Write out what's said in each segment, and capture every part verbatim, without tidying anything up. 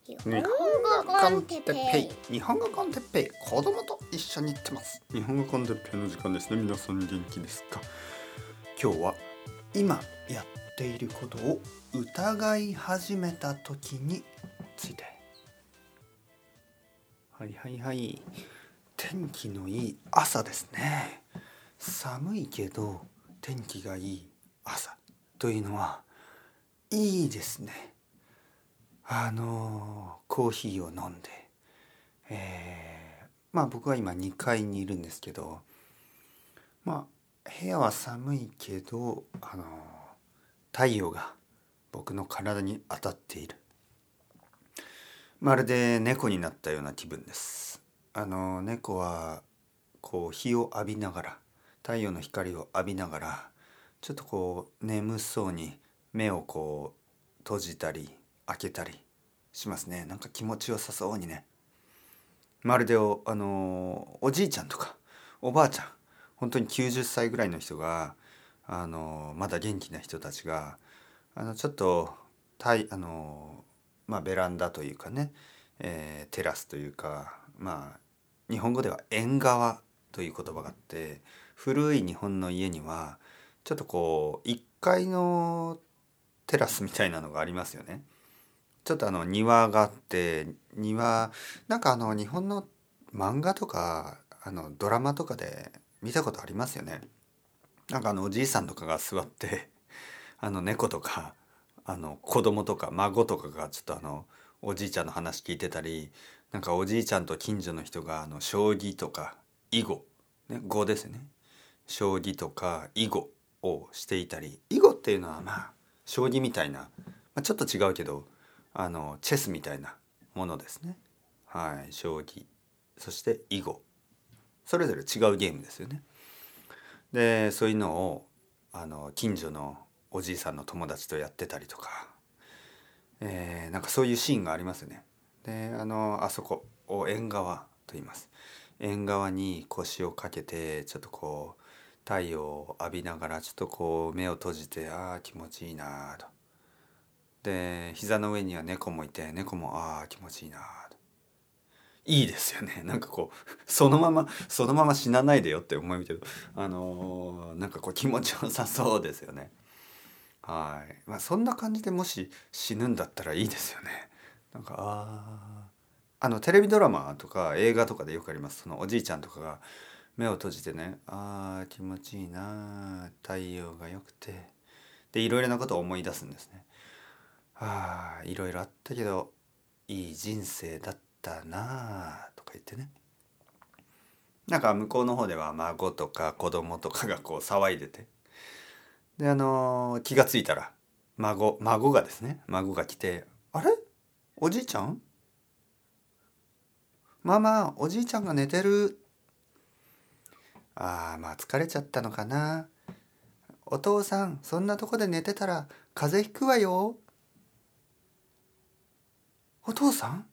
日本語コンテッペイ日本語コンテッペイ子供と一緒に行ってます。日本語コンテッペイの時間ですね。皆さん元気ですか？今日は今やっていることを疑い始めた時について。はいはいはい。天気のいい朝ですね。寒いけど天気がいい朝というのはいいですね。あのコーヒーを飲んで、えー、まあ僕は今にかいにいるんですけど、まあ部屋は寒いけど、あの太陽が僕の体に当たっている。まるで猫になったような気分です。あの猫はこう日を浴びながら、太陽の光を浴びながら、ちょっとこう眠そうに目をこう閉じたり開けたりしますね。なんか気持ちよさそうにね。まるでおあのおじいちゃんとかおばあちゃん、本当にきゅうじゅっさいぐらいの人が、あのまだ元気な人たちが、あのちょっとたいあのまあベランダというかね、えーテラスというか、まあ日本語では縁側という言葉があって、古い日本の家にはちょっとこういっかいのテラスみたいなのがありますよね。ちょっとあの庭があって、庭なんかあの日本の漫画とかあのドラマとかで見たことありますよね。なんかあのおじいさんとかが座ってあの猫とかあの子供とか孫とかがちょっとあのおじいちゃんの話聞いてたり、なんかおじいちゃんと近所の人があの将棋とか囲碁、ね、碁ですね。将棋とか囲碁をしていたり、囲碁っていうのはまあ将棋みたいな、まあ、ちょっと違うけどあのチェスみたいなものですね。はい、将棋、そして囲碁、それぞれ違うゲームですよね。でそういうのをあの近所のおじいさんの友達とやってたりとか、えー、なんかそういうシーンがありますよね。であのあそこを縁側と言います。縁側に腰をかけてちょっとこう太陽を浴びながらちょっとこう目を閉じて、ああ気持ちいいなと。で膝の上には猫もいて、猫もああ気持ちいいなと。いいですよね。なんかこうそのままそのまま死なないでよって思うけど、あのー、なんかこう気持ちよさそうですよね。はい、まあそんな感じでもし死ぬんだったらいいですよね。なんかああのテレビドラマとか映画とかでよくあります。そのおじいちゃんとかが目を閉じてね、あー気持ちいいな、太陽が良くて、でいろいろなことを思い出すんですね。ああいろいろあったけどいい人生だったなとか言ってね。なんか向こうの方では孫とか子供とかがこう騒いでて、であのー気がついたら孫孫がですね孫が来て、あれおじいちゃん、ママおじいちゃんが寝てる。ああまあ疲れちゃったのかな。お父さんそんなとこで寝てたら風邪ひくわよ。お父さん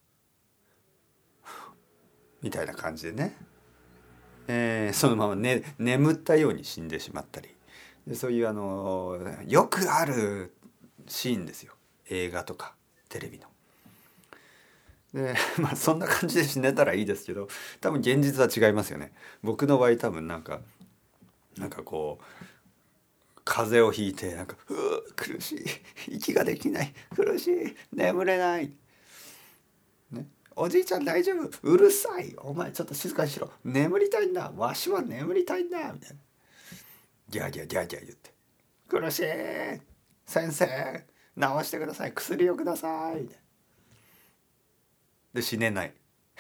みたいな感じでね、えーそのまま、ね、眠ったように死んでしまったり、でそういうあのよくあるシーンですよ、映画とかテレビの。でまあそんな感じで死ねたらいいですけど、多分現実は違いますよね。僕の場合多分なんかなんかこう風邪をひいて、なんかうー苦しい、息ができない、苦しい、眠れない、ね、おじいちゃん大丈夫、うるさい、お前ちょっと静かにしろ、眠りたいんだ、わしは眠りたいんだ、みたいなギャーギャーギャーギャー言って、苦しい先生治してください、薬をください、で死ねない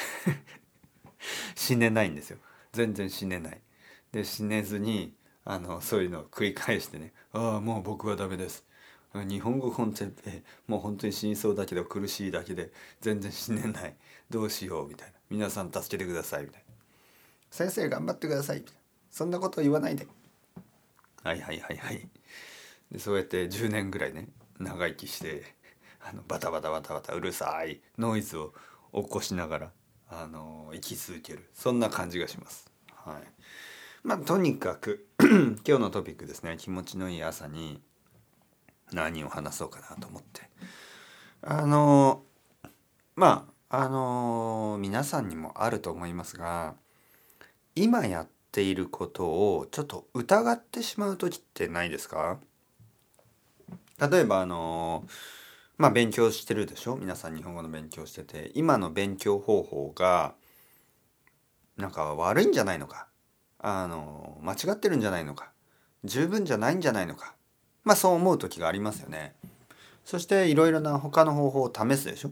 死ねないんですよ。全然死ねない。で死ねずにあのそういうのを繰り返してね、ああもう僕はダメです、日本語コンテンペもう本当に死にそうだけど苦しいだけで全然死ねない、どうしようみたいな、皆さん助けてくださいみたいな、先生頑張ってくださいみたいな、そんなこと言わないで、はいはいはいはい、でそうやってじゅうねんぐらいね長生きして、あのバタバタバタバタうるさいノイズを起こしながらあの生き続ける、そんな感じがします。はい、まあとにかく今日のトピックですね、気持ちのいい朝に何を話そうかなと思って、あのまああのー皆さんにもあると思いますが、今やっていることをちょっと疑ってしまう時ってないですか？例えばあのーまあ勉強してるでしょ、皆さん日本語の勉強してて、今の勉強方法がなんか悪いんじゃないのか、あの間違ってるんじゃないのか、十分じゃないんじゃないのか、まあそう思う時がありますよね。そしていろいろな他の方法を試すでしょ。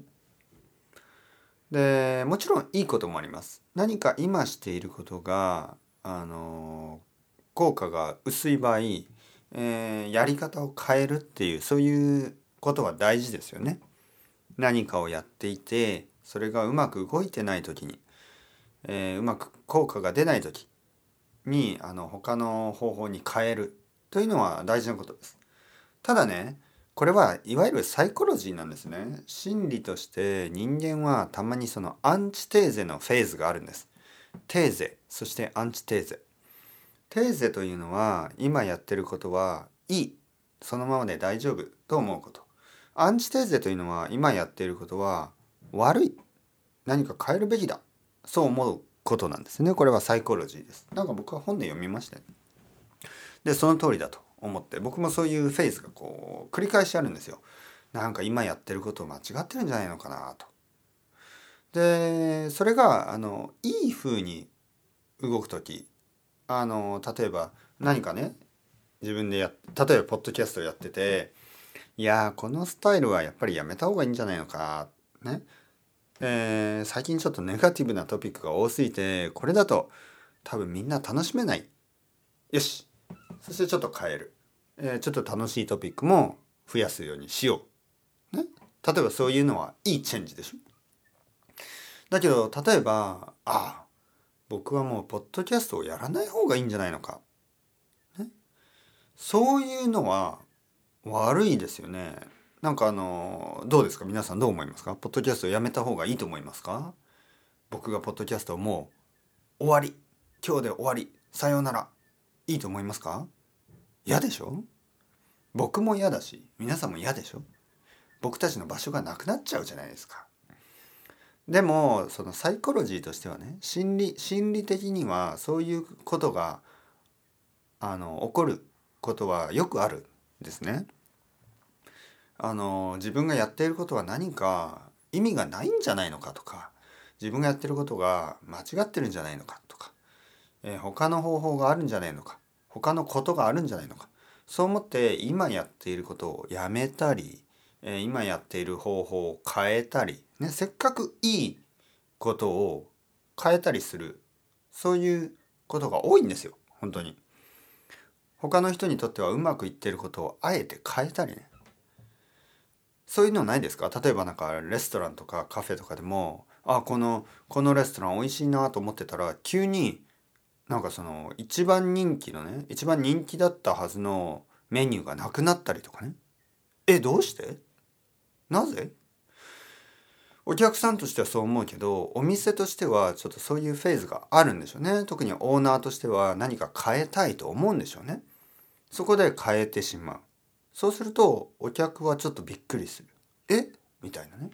でもちろんいいこともあります。何か今していることがあの効果が薄い場合、えーやり方を変えるっていうそういうことは大事ですよね。何かをやっていてそれがうまく動いてない時に、えーうまく効果が出ない時にあの他の方法に変えるというのは大事なことです。ただね、これはいわゆるサイコロジーなんですね。心理として人間はたまにそのアンチテーゼのフェーズがあるんです。テーゼ、そしてアンチテーゼ。テーゼというのは今やってることはいい、そのままで大丈夫と思うこと。アンチテーゼというのは今やっていることは悪い、何か変えるべきだ、そう思うことなんですね。これはサイコロジーです。なんか僕は本で読みましたね。でその通りだと思って、僕もそういうフェーズがこう繰り返しあるんですよ。なんか今やってることを間違ってるんじゃないのかなと。でそれがあのいい風に動く時、あの例えば何かね、自分でや例えばポッドキャストやってて、いやーこのスタイルはやっぱりやめた方がいいんじゃないのかね、えー最近ちょっとネガティブなトピックが多すぎてこれだと多分みんな楽しめない。よし、そしてちょっと変える、えーちょっと楽しいトピックも増やすようにしよう、ね、例えばそういうのはいいチェンジでしょ。だけど例えば、ああ僕はもうポッドキャストをやらない方がいいんじゃないのか、ね、そういうのは悪いですよね。なんかあのどうですか、皆さんどう思いますか？ポッドキャストをやめた方がいいと思いますか？僕がポッドキャストをもう終わり、今日で終わり、さようなら、いいと思いますか？嫌でしょ？僕も嫌だし皆さんも嫌でしょ。僕たちの場所がなくなっちゃうじゃないですか。でもそのサイコロジーとしてはね、心理心理的にはそういうことがあの起こることはよくあるんですね。あの自分がやっていることは何か意味がないんじゃないのかとか、自分がやってることが間違ってるんじゃないのかとか、えー他の方法があるんじゃないのか、他のことがあるんじゃないのか、そう思って今やっていることをやめたり、えー今やっている方法を変えたり、ね、せっかくいいことを変えたりする、そういうことが多いんですよ本当に。他の人にとってはうまくいっていることをあえて変えたりね、そういうのないですか？例えばなんかレストランとかカフェとかでも、あこのこのレストラン美味しいなと思ってたら急になんかその一番人気のね、一番人気だったはずのメニューがなくなったりとかね。え、どうして？なぜ？お客さんとしてはそう思うけど、お店としてはちょっとそういうフェーズがあるんでしょうね。特にオーナーとしては何か変えたいと思うんでしょうね。そこで変えてしまう。そうするとお客はちょっとびっくりする。えみたいなね。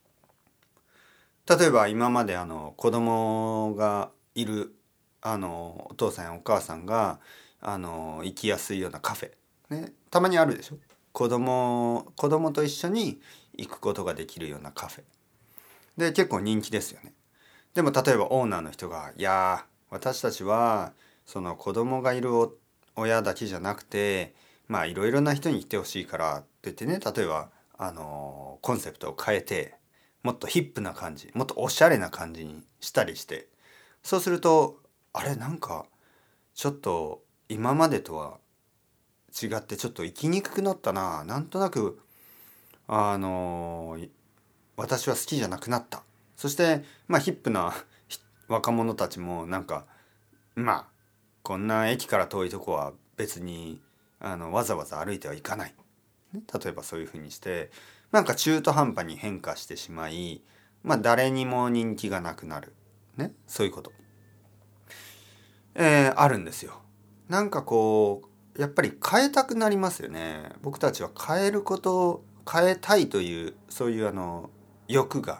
例えば今まであの子供がいるあのお父さんやお母さんがあの行きやすいようなカフェ、ね、たまにあるでしょ。子供子供と一緒に行くことができるようなカフェで結構人気ですよね。でも例えばオーナーの人が、いや私たちはその子供がいる親だけじゃなくて、まあいろいろな人に来てほしいからって言ってね、例えばあのコンセプトを変えてもっとヒップな感じ、もっとおしゃれな感じにしたりして、そうするとあれなんかちょっと今までとは違ってちょっと生きにくくなったな、なんとなくあの私は好きじゃなくなった。そしてまあヒップな若者たちもなんか、まあこんな駅から遠いとこは別にあのわざわざ歩いてはいかない、ね、例えばそういうふうにしてなんか中途半端に変化してしまい、まあ誰にも人気がなくなる、ね、そういうこと、えーあるんですよ。なんかこうやっぱり変えたくなりますよね。僕たちは変えることを変えたいというそういうあの欲が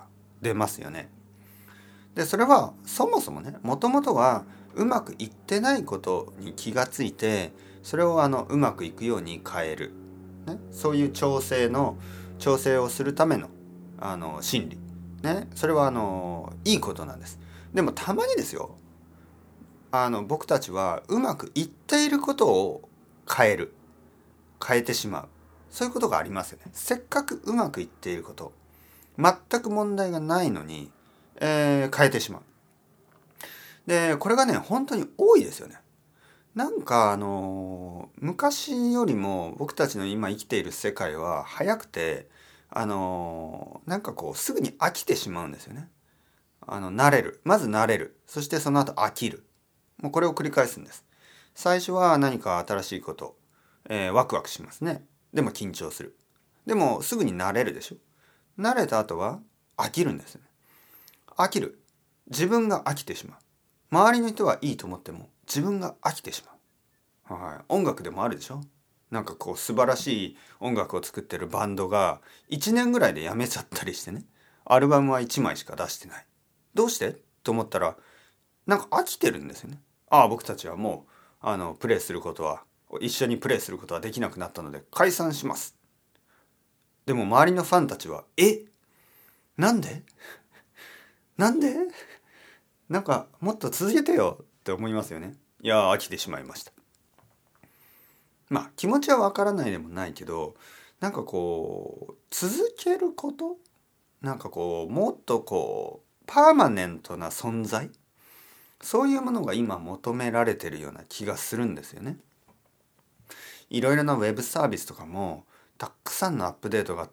出ますよね。でそれはそもそもね、もともとはうまくいってないことに気がついて、それをあのうまくいくように変える、ね、そういう調整の調整をするためのあの心理、ね、それはあのいいことなんです。でもたまにですよ、あの僕たちはうまくいっていることを変える変えてしまう、そういうことがありますよね。せっかくうまくいっていること、全く問題がないのに、えー変えてしまう。でこれがね本当に多いですよね。なんかあの昔よりも僕たちの今生きている世界は早くて、あのなんかこうすぐに飽きてしまうんですよね。あの慣れる、まず慣れる、そしてその後飽きる、もうこれを繰り返すんです。最初は何か新しいこと、えーワクワクしますね。でも緊張する。でもすぐに慣れるでしょ。慣れた後は飽きるんですよね。飽きる。自分が飽きてしまう。周りの人はいいと思っても自分が飽きてしまう。はい、音楽でもあるでしょ。なんかこう素晴らしい音楽を作ってるバンドがいちねんぐらいでやめちゃったりしてね、アルバムはいちまいしか出してない。どうしてと思ったら、なんか飽きてるんですよね。ああ、僕たちはもうあのプレイすることは一緒にプレイすることはできなくなったので解散します。でも周りのファンたちは、え、なんでなんでなんかもっと続けてよって思いますよね。いやー飽きてしまいました。まあ気持ちはわからないでもないけど、なんかこう続けること、なんかこうもっとこうパーマネントな存在、そういうものが今求められてるような気がするんですよね。いろいろなウェブサービスとかもたくさんのアップデートがあって、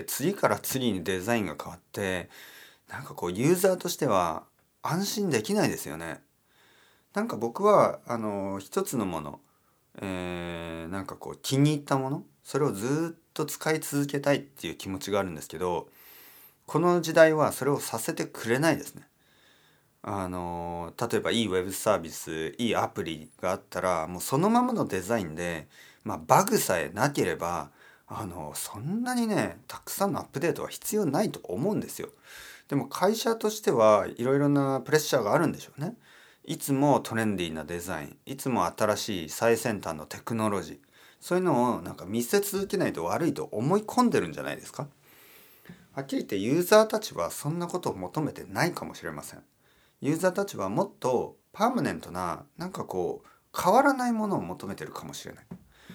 次から次にデザインが変わって、なんかこうユーザーとしては安心できないですよね。なんか僕はあの一つのもの、えー、なんかこう気に入ったもの、それをずっと使い続けたいっていう気持ちがあるんですけど、この時代はそれをさせてくれないですね。あの例えばいいウェブサービス、いいアプリがあったらもうそのままのデザインで、まあ、バグさえなければあのそんなにねたくさんのアップデートは必要ないと思うんですよ。でも会社としてはいろいろなプレッシャーがあるんでしょうね。いつもトレンディーなデザイン、いつも新しい最先端のテクノロジー、そういうのをなんか見せ続けないと悪いと思い込んでるんじゃないですか。はっきり言ってユーザーたちはそんなことを求めてないかもしれません。ユーザーたちはもっとパーマネントな、なんかこう変わらないものを求めてるかもしれない。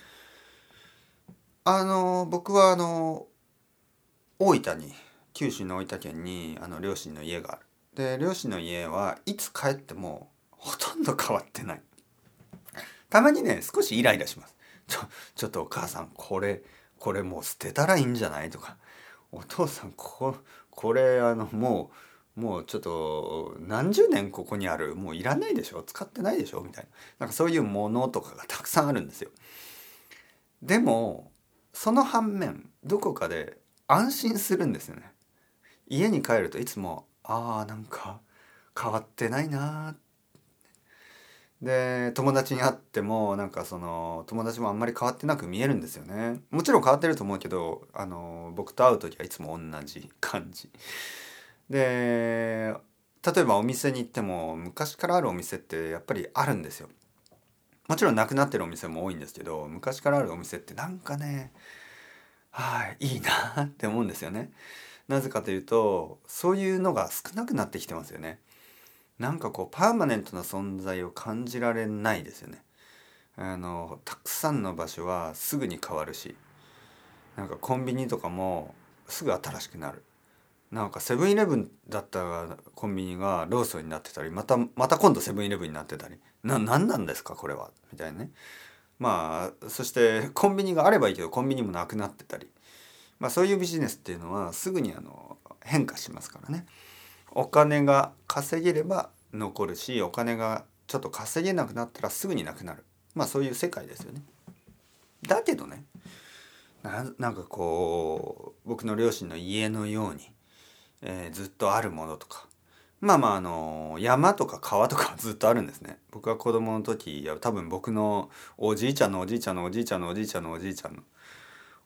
あの僕はあの大分に、九州の大分県にあの両親の家がある。で両親の家はいつ帰ってもほとんど変わってない。たまにね少しイライラします。ちょちょっとお母さんこれこれもう捨てたらいいんじゃないとか、お父さんここれあのもうもうちょっと何十年ここにある、もういらないでしょ、使ってないでしょみたいな、なんかそういうものとかがたくさんあるんですよ。でもその反面どこかで安心するんですよね。家に帰るといつもああなんか変わってないな。で友達に会ってもなんかその友達もあんまり変わってなく見えるんですよね。もちろん変わってると思うけど、あの僕と会う時はいつも同じ感じで、例えばお店に行っても昔からあるお店ってやっぱりあるんですよ。もちろんなくなってるお店も多いんですけど、昔からあるお店ってなんかね、はいいいなって思うんですよね。なぜかというとそういうのが少なくなってきてますよね。なんかこうパーマネントな存在を感じられないですよね。あのたくさんの場所はすぐに変わるし、なんかコンビニとかもすぐ新しくなる。なんかセブンイレブンだったコンビニがローソンになってたり、またまた今度セブンイレブンになってたり、な何なんですかこれはみたいなね。まあそしてコンビニがあればいいけどコンビニもなくなってたり、まあそういうビジネスっていうのはすぐにあの変化しますからね。お金が稼げれば残るし、お金がちょっと稼げなくなったらすぐになくなる、まあそういう世界ですよね。だけどね、な、なんかこう僕の両親の家のように、えーずっとあるものとか、まあまああの山とか川とかはずっとあるんですね。僕が子供の時、いや多分僕のおじいちゃんのおじいちゃんのおじいちゃんのおじいちゃんのおじいちゃんの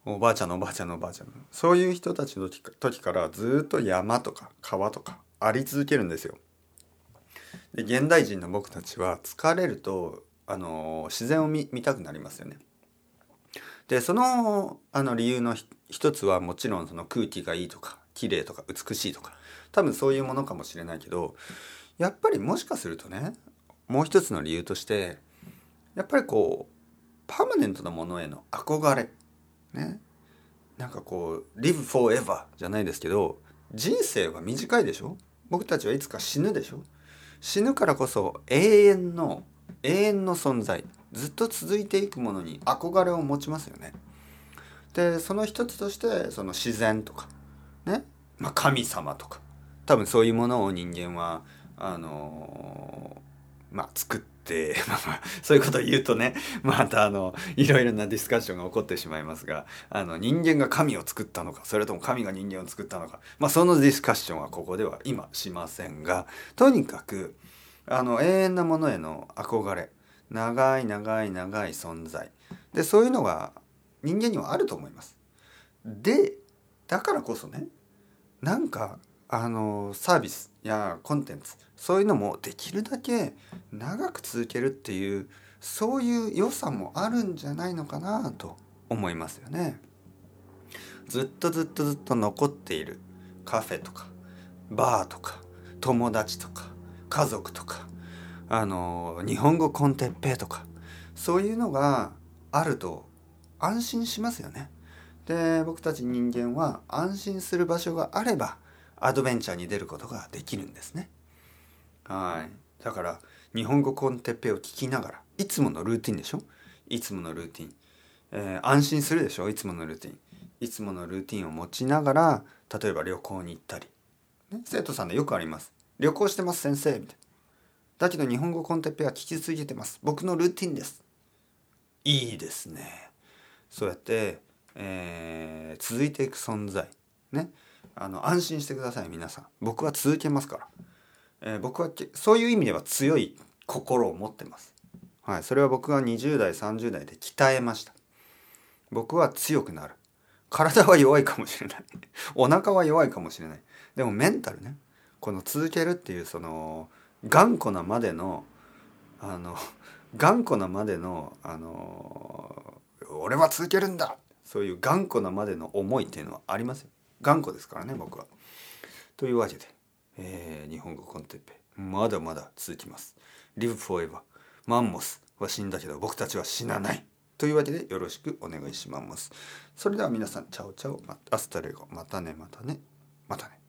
おばあちゃんのおばあちゃんのおばあちゃんのそういう人たちの時時からずっと山とか川とかあり続けるんですよ。で現代人の僕たちは疲れるとあの自然を 見, 見たくなりますよね。でそのあの理由の一つはもちろんその空気がいいとか綺麗とか美しいとか多分そういうものかもしれないけど、やっぱりもしかするとね、もう一つの理由としてやっぱりこうパーマネントなものへの憧れね、なんかこう live forever じゃないですけど、人生は短いでしょ。僕たちはいつか死ぬでしょ。死ぬからこそ永遠の永遠の存在、ずっと続いていくものに憧れを持ちますよね。でその一つとしてその自然とかね、まあ、神様とか多分そういうものを人間はあのーまあ作ってまあまあそういうことを言うとね、またあのいろいろなディスカッションが起こってしまいますが、あの人間が神を作ったのかそれとも神が人間を作ったのか、まあそのディスカッションはここでは今しませんが、とにかくあの永遠なものへの憧れ、長い長い長い存在で、そういうのが人間にはあると思います。でだからこそね、なんかあのサービスやコンテンツそういうのもできるだけ長く続けるっていうそういう良さもあるんじゃないのかなと思いますよね。ずっとずっとずっと残っているカフェとかバーとか友達とか家族とかあの日本語コンテッペイとかそういうのがあると安心しますよね。で僕たち人間は安心する場所があればアドベンチャーに出ることができるんですね。はい。だから日本語コンテッペイを聞きながらいつものルーティンでしょ。いつものルーティン、えー安心するでしょ。いつものルーティンいつものルーティンを持ちながら例えば旅行に行ったり、ね、生徒さんでよくあります。旅行してます先生みたいな。だけど日本語コンテッペイは聞き続けてます。僕のルーティンです。いいですね。そうやって、えー続いていく存在ね、あの安心してください皆さん。僕は続けますから、えー僕はそういう意味では強い心を持ってます。はい、それは僕がにじゅう代さんじゅう代で鍛えました。僕は強くなる。体は弱いかもしれないお腹は弱いかもしれない。でもメンタルね、この続けるっていうその頑固なまでのあの頑固なまでのあの俺は続けるんだ、そういう頑固なまでの思いっていうのはありますよ。頑固ですからね僕は。というわけで、えー日本語コンテッペイまだまだ続きます。 Live forever マンモスは死んだけど僕たちは死なないというわけでよろしくお願いします。それでは皆さんチャオチャオ、アスタレゴ、またねまたねまたね。